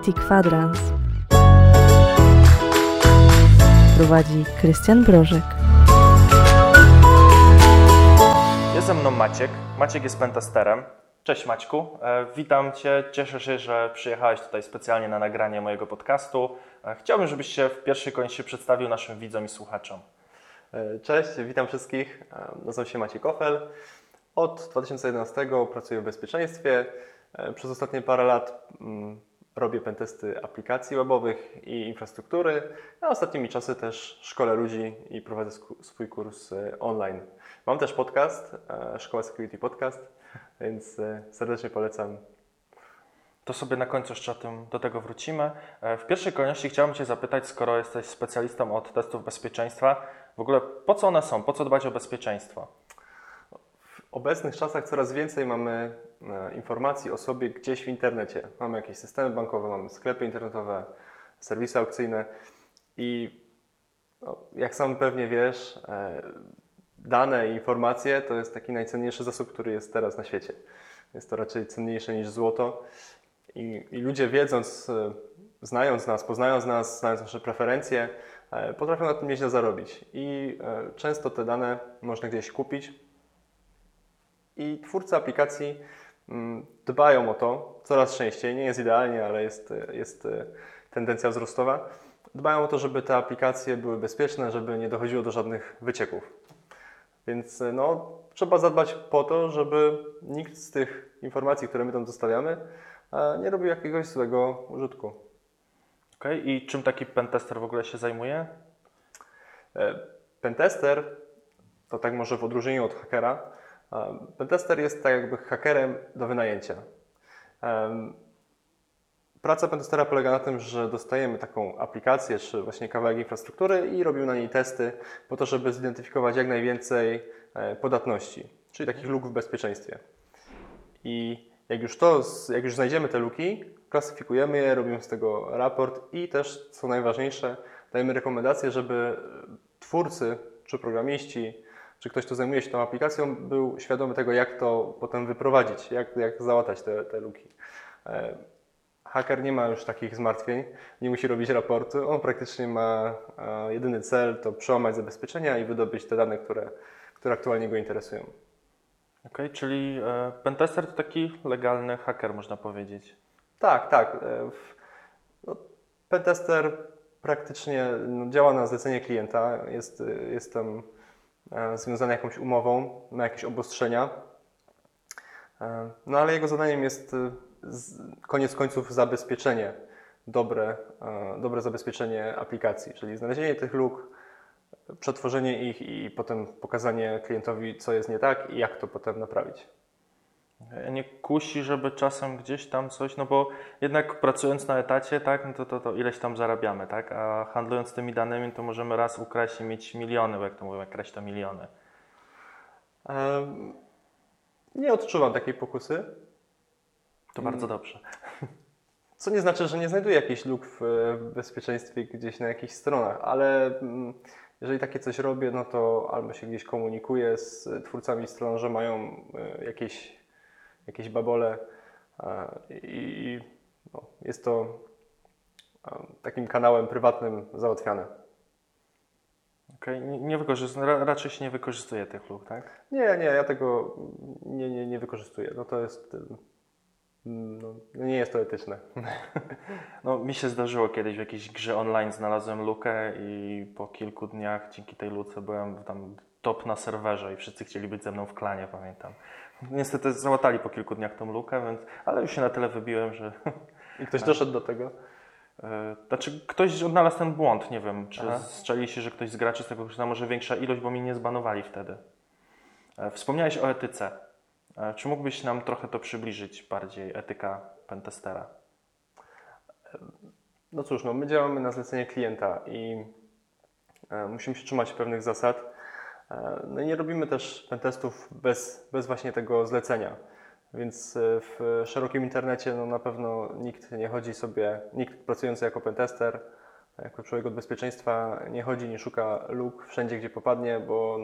IT Kwadrans. Prowadzi Krystian Brożek. Jest ze mną Maciek. Maciek jest pentesterem. Cześć Maćku, witam Cię. Cieszę się, że przyjechałeś tutaj specjalnie na nagranie mojego podcastu. Chciałbym, żebyś się w pierwszej kolejności przedstawił naszym widzom i słuchaczom. Cześć, witam wszystkich. Nazywam się Maciej Kofel. Od 2011 pracuję w bezpieczeństwie. Przez ostatnie parę lat robię pentesty aplikacji webowych i infrastruktury, a ostatnimi czasy też szkolę ludzi i prowadzę swój kurs online. Mam też podcast, Szkoła Security Podcast, więc serdecznie polecam. To sobie na końcu jeszcze do tego wrócimy. W pierwszej kolejności chciałbym Cię zapytać, skoro jesteś specjalistą od testów bezpieczeństwa, w ogóle po co one są? Po co dbać o bezpieczeństwo? W obecnych czasach coraz więcej mamy informacji o sobie gdzieś w internecie. Mamy jakieś systemy bankowe, mamy sklepy internetowe, serwisy aukcyjne i jak sam pewnie wiesz, dane i informacje to jest taki najcenniejszy zasób, który jest teraz na świecie. Jest to raczej cenniejsze niż złoto i ludzie wiedząc, znając nas, poznając nas, znając nasze preferencje, potrafią na tym nieźle zarobić i często te dane można gdzieś kupić i twórcy aplikacji dbają o to coraz częściej, nie jest idealnie, ale jest tendencja wzrostowa. Dbają o to, żeby te aplikacje były bezpieczne, żeby nie dochodziło do żadnych wycieków. Więc trzeba zadbać po to, żeby nikt z tych informacji, które my tam zostawiamy, nie robił jakiegoś złego użytku. Okej. I czym taki pentester w ogóle się zajmuje? Pentester, to tak może w odróżnieniu od hakera, pentester jest tak jakby hakerem do wynajęcia. Praca pentestera polega na tym, że dostajemy taką aplikację czy właśnie kawałek infrastruktury i robimy na niej testy po to, żeby zidentyfikować jak najwięcej podatności, czyli takich luk w bezpieczeństwie. I jak już znajdziemy te luki, klasyfikujemy je, robimy z tego raport i też, co najważniejsze, dajemy rekomendacje, żeby twórcy czy programiści, czy ktoś, kto zajmuje się tą aplikacją, był świadomy tego, jak to potem wyprowadzić, jak załatać te luki. Haker nie ma już takich zmartwień, nie musi robić raportu, on praktycznie ma jedyny cel, to przełamać zabezpieczenia i wydobyć te dane, które aktualnie go interesują. Okej, czyli pentester to taki legalny haker, można powiedzieć. Tak. Pentester praktycznie działa na zlecenie klienta, jest tam związany jakąś umową, ma jakieś obostrzenia, ale jego zadaniem jest koniec końców zabezpieczenie, dobre zabezpieczenie aplikacji, czyli znalezienie tych luk, przetworzenie ich i potem pokazanie klientowi, co jest nie tak i jak to potem naprawić. Nie kusi, żeby czasem gdzieś tam coś, no bo jednak pracując na etacie, tak, no to ileś tam zarabiamy, tak, a handlując tymi danymi, to możemy raz ukraść i mieć miliony, bo jak to mówią, kraść to miliony. Nie odczuwam takiej pokusy. To bardzo dobrze. Co nie znaczy, że nie znajduję jakichś luk w bezpieczeństwie gdzieś na jakichś stronach, ale jeżeli takie coś robię, no to albo się gdzieś komunikuję z twórcami stron, że mają jakieś babole i jest to takim kanałem prywatnym załatwiane. Okej, raczej się nie wykorzystuje tych luk, tak? Nie, ja tego nie wykorzystuję. To jest... nie jest to etyczne. Mi się zdarzyło kiedyś w jakiejś grze online, znalazłem lukę i po kilku dniach dzięki tej luce byłem tam top na serwerze i wszyscy chcieli być ze mną w klanie, pamiętam. Niestety załatali po kilku dniach tą lukę, ale już się na tyle wybiłem, że... I ktoś doszedł do tego? Znaczy ktoś odnalazł ten błąd, nie wiem, czy strzeli się, że ktoś z graczy z tego korzysta, może większa ilość, bo mnie nie zbanowali wtedy. Wspomniałeś o etyce. Czy mógłbyś nam trochę to przybliżyć bardziej, etyka pentestera? No cóż, my działamy na zlecenie klienta i musimy się trzymać pewnych zasad. I nie robimy też pentestów bez właśnie tego zlecenia. Więc w szerokim internecie na pewno nikt pracujący jako pentester, jako człowiek od bezpieczeństwa nie chodzi, nie szuka luk wszędzie, gdzie popadnie, bo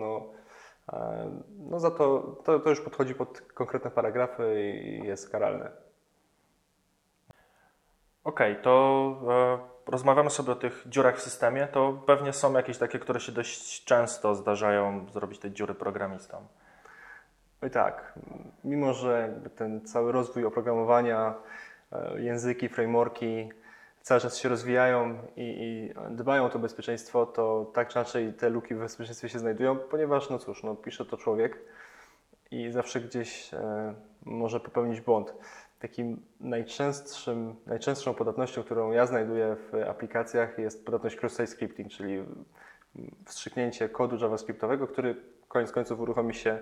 za to już podchodzi pod konkretne paragrafy i jest karalne. Okej, to rozmawiamy sobie o tych dziurach w systemie, to pewnie są jakieś takie, które się dość często zdarzają zrobić te dziury programistom. No i tak, mimo że jakby ten cały rozwój oprogramowania, języki, frameworki cały czas się rozwijają i dbają o to bezpieczeństwo, to tak czy inaczej te luki w bezpieczeństwie się znajdują, ponieważ no cóż, no pisze to człowiek i zawsze gdzieś może popełnić błąd. Takim najczęstszą podatnością, którą ja znajduję w aplikacjach, jest podatność cross-site scripting, czyli wstrzyknięcie kodu javascriptowego, który koniec końców uruchomi się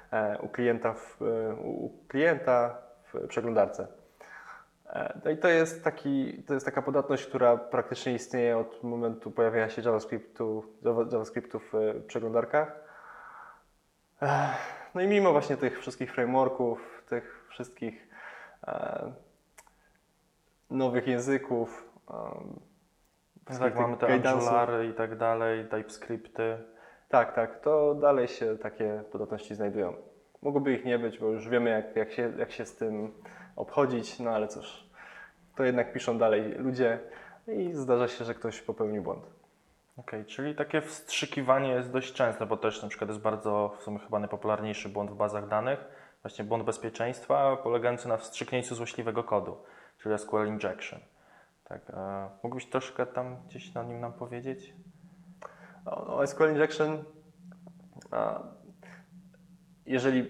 u klienta w przeglądarce. No i to jest taka podatność, która praktycznie istnieje od momentu pojawienia się JavaScriptu w przeglądarkach. No i mimo właśnie tych wszystkich frameworków, tych wszystkich nowych języków, Tak, mamy te guidance'ów. Angulary i tak dalej, TypeScripty. Tak, to dalej się takie podatności znajdują. Mogłoby ich nie być, bo już wiemy jak się z tym obchodzić, no ale cóż, to jednak piszą dalej ludzie i zdarza się, że ktoś popełni błąd. Okej, czyli takie wstrzykiwanie jest dość częste, bo też na przykład jest bardzo, w sumie chyba najpopularniejszy błąd w bazach danych, właśnie błąd bezpieczeństwa polegający na wstrzyknięciu złośliwego kodu, czyli SQL injection. Tak, mógłbyś troszkę tam gdzieś o nim nam powiedzieć? O SQL injection, jeżeli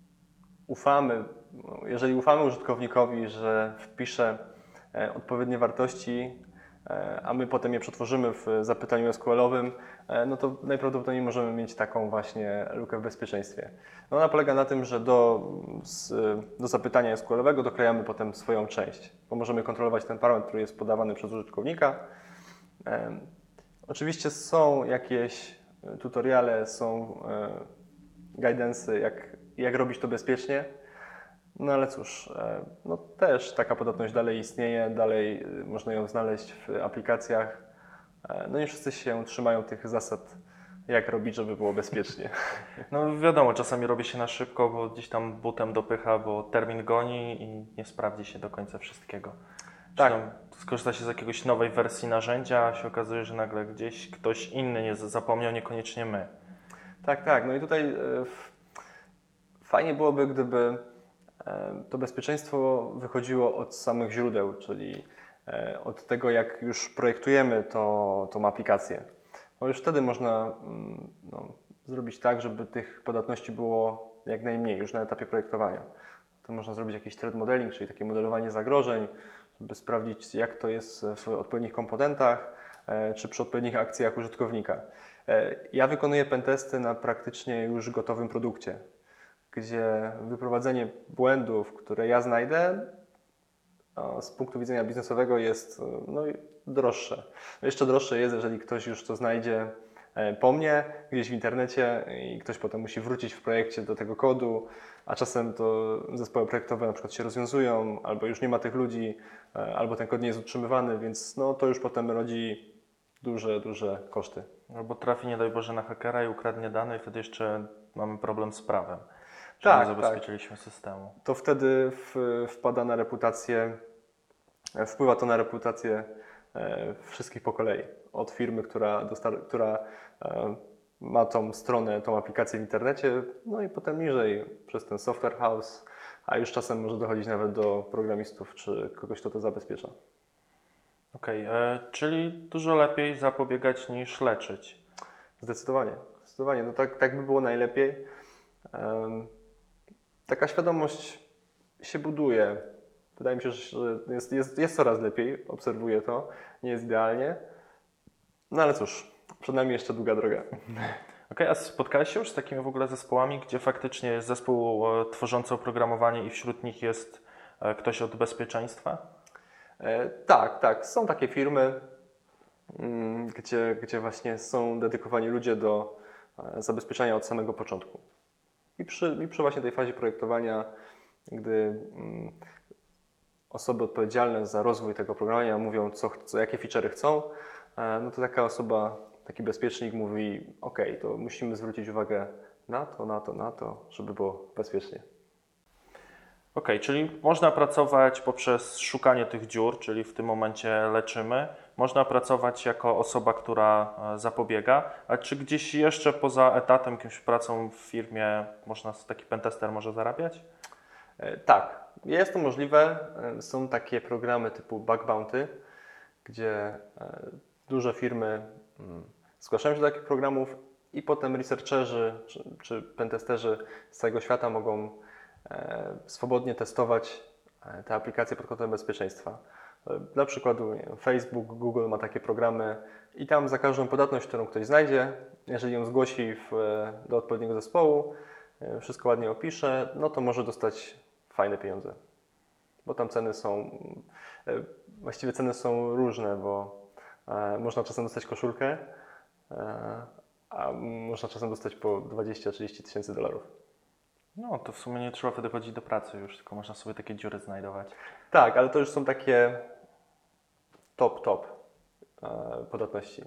ufamy użytkownikowi, że wpisze odpowiednie wartości, a my potem je przetworzymy w zapytaniu SQL-owym, no to najprawdopodobniej możemy mieć taką właśnie lukę w bezpieczeństwie. No ona polega na tym, że do zapytania SQL-owego doklejamy potem swoją część, bo możemy kontrolować ten parametr, który jest podawany przez użytkownika. Oczywiście są jakieś tutoriale, są guidance'y, jak robić to bezpiecznie. No ale cóż, no też taka podatność dalej istnieje, dalej można ją znaleźć w aplikacjach. No nie wszyscy się trzymają tych zasad, jak robić, żeby było bezpiecznie. No wiadomo, czasami robi się na szybko, bo gdzieś tam butem dopycha, bo termin goni i nie sprawdzi się do końca wszystkiego. Tak. Czy tam skorzysta się z jakiegoś nowej wersji narzędzia, a się okazuje, że nagle gdzieś ktoś inny nie zapomniał, niekoniecznie my. Tak. No i tutaj fajnie byłoby, gdyby to bezpieczeństwo wychodziło od samych źródeł, czyli od tego, jak już projektujemy tą aplikację. Bo już wtedy można zrobić tak, żeby tych podatności było jak najmniej, już na etapie projektowania. To można zrobić jakiś threat modeling, czyli takie modelowanie zagrożeń, żeby sprawdzić, jak to jest w odpowiednich komponentach, czy przy odpowiednich akcjach użytkownika. Ja wykonuję pentesty na praktycznie już gotowym produkcie, gdzie wyprowadzenie błędów, które ja znajdę, z punktu widzenia biznesowego jest droższe. Jeszcze droższe jest, jeżeli ktoś już to znajdzie po mnie, gdzieś w internecie i ktoś potem musi wrócić w projekcie do tego kodu, a czasem to zespoły projektowe na przykład się rozwiązują, albo już nie ma tych ludzi, albo ten kod nie jest utrzymywany, więc to już potem rodzi duże koszty. Albo trafi, nie daj Boże, na hakera i ukradnie dane i wtedy jeszcze mamy problem z prawem, że nie zabezpieczyliśmy systemu. To wtedy wpływa to na reputację wszystkich po kolei. Od firmy, która ma tą stronę, tą aplikację w internecie, no i potem niżej przez ten software house, a już czasem może dochodzić nawet do programistów czy kogoś, kto to zabezpiecza. Okej, czyli dużo lepiej zapobiegać niż leczyć. Zdecydowanie. No tak by było najlepiej. Taka świadomość się buduje. Wydaje mi się, że jest coraz lepiej, obserwuję to, nie jest idealnie. No ale cóż, przed nami jeszcze długa droga. Okej, a spotkałeś się już z takimi w ogóle zespołami, gdzie faktycznie jest zespół tworzący oprogramowanie i wśród nich jest ktoś od bezpieczeństwa? Tak. Są takie firmy, gdzie właśnie są dedykowani ludzie do zabezpieczenia od samego początku. I przy właśnie tej fazie projektowania, gdy osoby odpowiedzialne za rozwój tego oprogramowania mówią, jakie feature'y chcą, no to taka osoba, taki bezpiecznik mówi, OK, to musimy zwrócić uwagę na to, żeby było bezpiecznie. Okej, czyli można pracować poprzez szukanie tych dziur, czyli w tym momencie leczymy. Można pracować jako osoba, która zapobiega. A czy gdzieś jeszcze poza etatem, jakąś pracą w firmie, taki pentester może zarabiać? Tak, jest to możliwe. Są takie programy typu Bug Bounty, gdzie duże firmy zgłaszają się do takich programów i potem researcherzy czy pentesterzy z całego świata mogą swobodnie testować te aplikacje pod kątem bezpieczeństwa. Dla przykładu nie wiem, Facebook, Google ma takie programy i tam za każdą podatność, którą ktoś znajdzie, jeżeli ją zgłosi do odpowiedniego zespołu, wszystko ładnie opisze, no to może dostać fajne pieniądze. Bo tam właściwie ceny są różne, bo można czasem dostać koszulkę, a można czasem dostać po 20-30 tysięcy dolarów. No, to w sumie nie trzeba wtedy chodzić do pracy już, tylko można sobie takie dziury znajdować. Tak, ale to już są takie top podatności,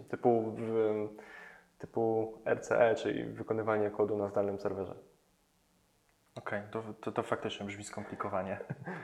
typu RCE, czyli wykonywanie kodu na zdalnym serwerze. Okej, to faktycznie brzmi skomplikowanie.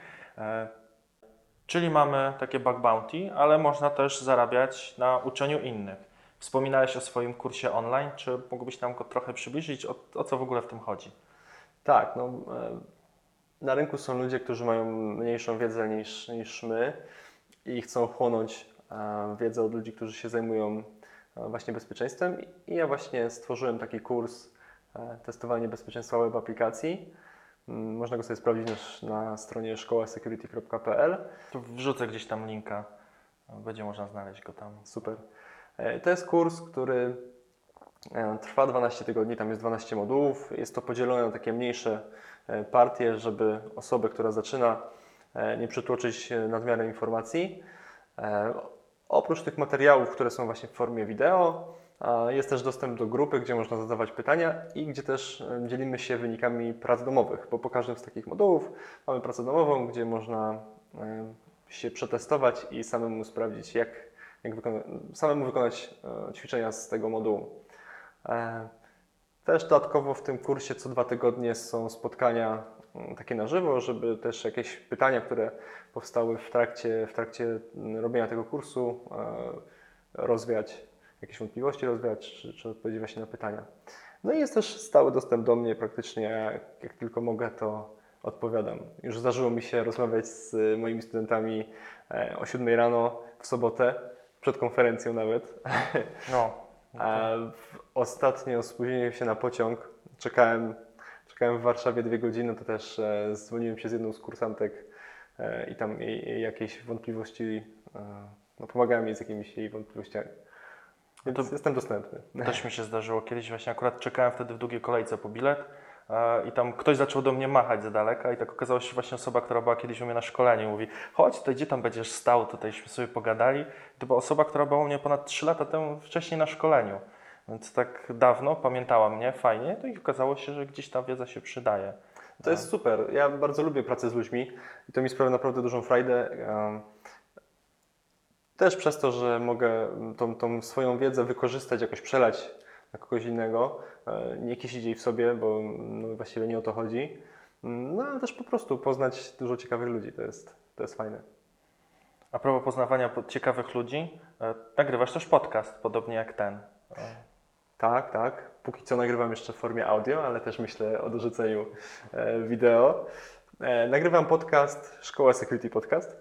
Czyli mamy takie bug bounty, ale można też zarabiać na uczeniu innych. Wspominałeś o swoim kursie online, czy mógłbyś nam go trochę przybliżyć, o co w ogóle w tym chodzi? Tak, no, na rynku są ludzie, którzy mają mniejszą wiedzę niż my i chcą chłonąć wiedzę od ludzi, którzy się zajmują właśnie bezpieczeństwem. I ja właśnie stworzyłem taki kurs testowanie bezpieczeństwa web aplikacji. Można go sobie sprawdzić na stronie szkołasecurity.pl. To wrzucę gdzieś tam linka, będzie można znaleźć go tam. Super. To jest kurs, który trwa 12 tygodni, tam jest 12 modułów. Jest to podzielone na takie mniejsze partie, żeby osobę, która zaczyna, nie przytłoczyć nadmiarem informacji. Oprócz tych materiałów, które są właśnie w formie wideo, jest też dostęp do grupy, gdzie można zadawać pytania i gdzie też dzielimy się wynikami prac domowych, bo po każdym z takich modułów mamy pracę domową, gdzie można się przetestować i samemu sprawdzić, samemu wykonać ćwiczenia z tego modułu. Też dodatkowo w tym kursie co 2 tygodnie są spotkania takie na żywo, żeby też jakieś pytania, które powstały w trakcie robienia tego kursu, rozwiać, jakieś wątpliwości rozwiać, czy odpowiedzieć właśnie na pytania. No i jest też stały dostęp do mnie, praktycznie jak tylko mogę, to odpowiadam. Już zdarzyło mi się rozmawiać z moimi studentami o 7 rano w sobotę, przed konferencją nawet. No. Ostatnio spóźniłem się na pociąg, czekałem w Warszawie 2 godziny, to też dzwoniłem się z jedną z kursantek i tam jej jakieś wątpliwości, pomagałem jej z jakimiś jej wątpliwościami. Więc jestem dostępny. Też mi się zdarzyło kiedyś, właśnie akurat czekałem wtedy w długiej kolejce po bilet i tam ktoś zaczął do mnie machać z daleka i tak okazało się właśnie osoba, która była kiedyś u mnie na szkoleniu, mówi: chodź tutaj, gdzie tam będziesz stał, tutajśmy sobie pogadali. To była osoba, która była u mnie ponad 3 lata temu wcześniej na szkoleniu, więc tak dawno pamiętała mnie, fajnie, to i okazało się, że gdzieś ta wiedza się przydaje. To jest super, ja bardzo lubię pracę z ludźmi i to mi sprawia naprawdę dużą frajdę. Też przez to, że mogę tą swoją wiedzę wykorzystać, jakoś przelać na kogoś innego, nie kisić jej w sobie, bo właściwie nie o to chodzi. No ale też po prostu poznać dużo ciekawych ludzi, to jest fajne. A propos poznawania ciekawych ludzi, nagrywasz też podcast, podobnie jak ten. Tak. Póki co nagrywam jeszcze w formie audio, ale też myślę o dorzuceniu wideo. Nagrywam podcast, Szkoła Security Podcast.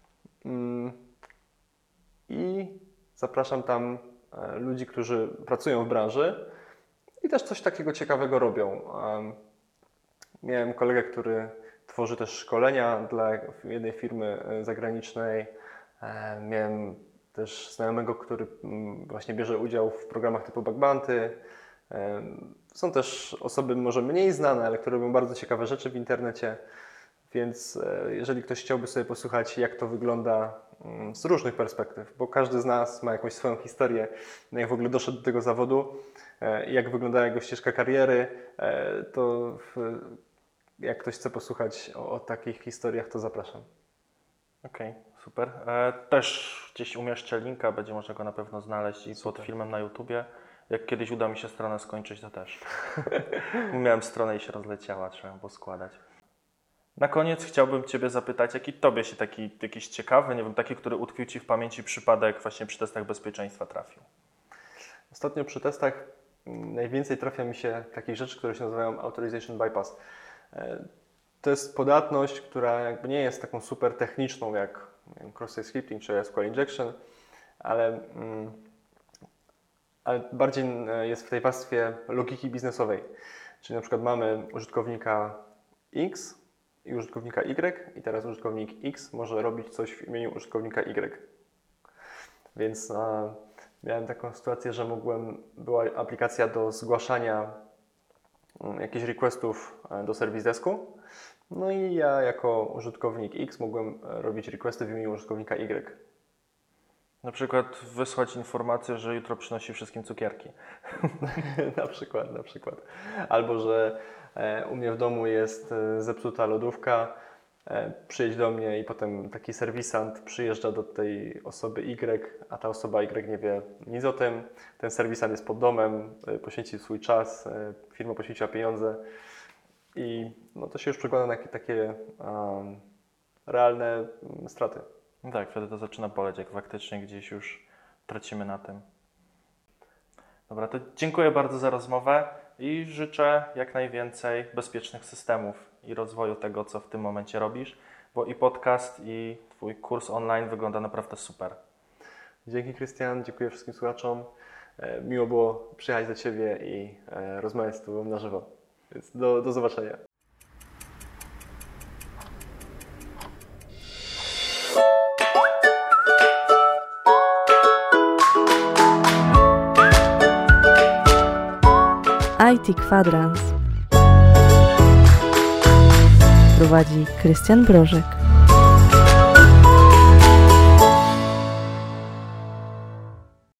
I zapraszam tam ludzi, którzy pracują w branży i też coś takiego ciekawego robią. Miałem kolegę, który tworzy też szkolenia dla jednej firmy zagranicznej. Miałem też znajomego, który właśnie bierze udział w programach typu Bug Bounty. Są też osoby może mniej znane, ale które robią bardzo ciekawe rzeczy w internecie. Więc jeżeli ktoś chciałby sobie posłuchać, jak to wygląda z różnych perspektyw, bo każdy z nas ma jakąś swoją historię, jak w ogóle doszedł do tego zawodu, jak wygląda jego ścieżka kariery, to jak ktoś chce posłuchać o takich historiach, to zapraszam. Okej, super. Też gdzieś umieszczę linka, będzie można go na pewno znaleźć i pod filmem na YouTubie. Jak kiedyś uda mi się stronę skończyć, to też. Miałem stronę i się rozleciała, trzeba ją poskładać. Na koniec chciałbym Ciebie zapytać, jaki Tobie się jakiś ciekawy, nie wiem, taki, który utkwił Ci w pamięci przypadek właśnie przy testach bezpieczeństwa trafił? Ostatnio przy testach najwięcej trafia mi się takich rzeczy, które się nazywają Authorization Bypass. To jest podatność, która jakby nie jest taką super techniczną jak cross-site scripting czy SQL injection, ale bardziej jest w tej warstwie logiki biznesowej. Czyli na przykład mamy użytkownika X i użytkownika Y i teraz użytkownik X może robić coś w imieniu użytkownika Y. Więc miałem taką sytuację, że była aplikacja do zgłaszania jakichś requestów do Service Desku. No i ja jako użytkownik X mogłem robić requesty w imieniu użytkownika Y. Na przykład wysłać informację, że jutro przynosi wszystkim cukierki. na przykład. Albo, że u mnie w domu jest zepsuta lodówka, przyjedź do mnie i potem taki serwisant przyjeżdża do tej osoby Y, a ta osoba Y nie wie nic o tym. Ten serwisant jest pod domem, poświęcił swój czas, firma poświęciła pieniądze i no, to się już przekłada na takie realne straty. No tak, wtedy to zaczyna boleć, jak faktycznie gdzieś już tracimy na tym. Dobra, to dziękuję bardzo za rozmowę i życzę jak najwięcej bezpiecznych systemów i rozwoju tego, co w tym momencie robisz, bo i podcast, i Twój kurs online wygląda naprawdę super. Dzięki, Krystian, dziękuję wszystkim słuchaczom. Miło było przyjechać do Ciebie i rozmawiać z Tobą na żywo. Więc do zobaczenia. IT Kwadrans. Prowadzi Krystian Brożek.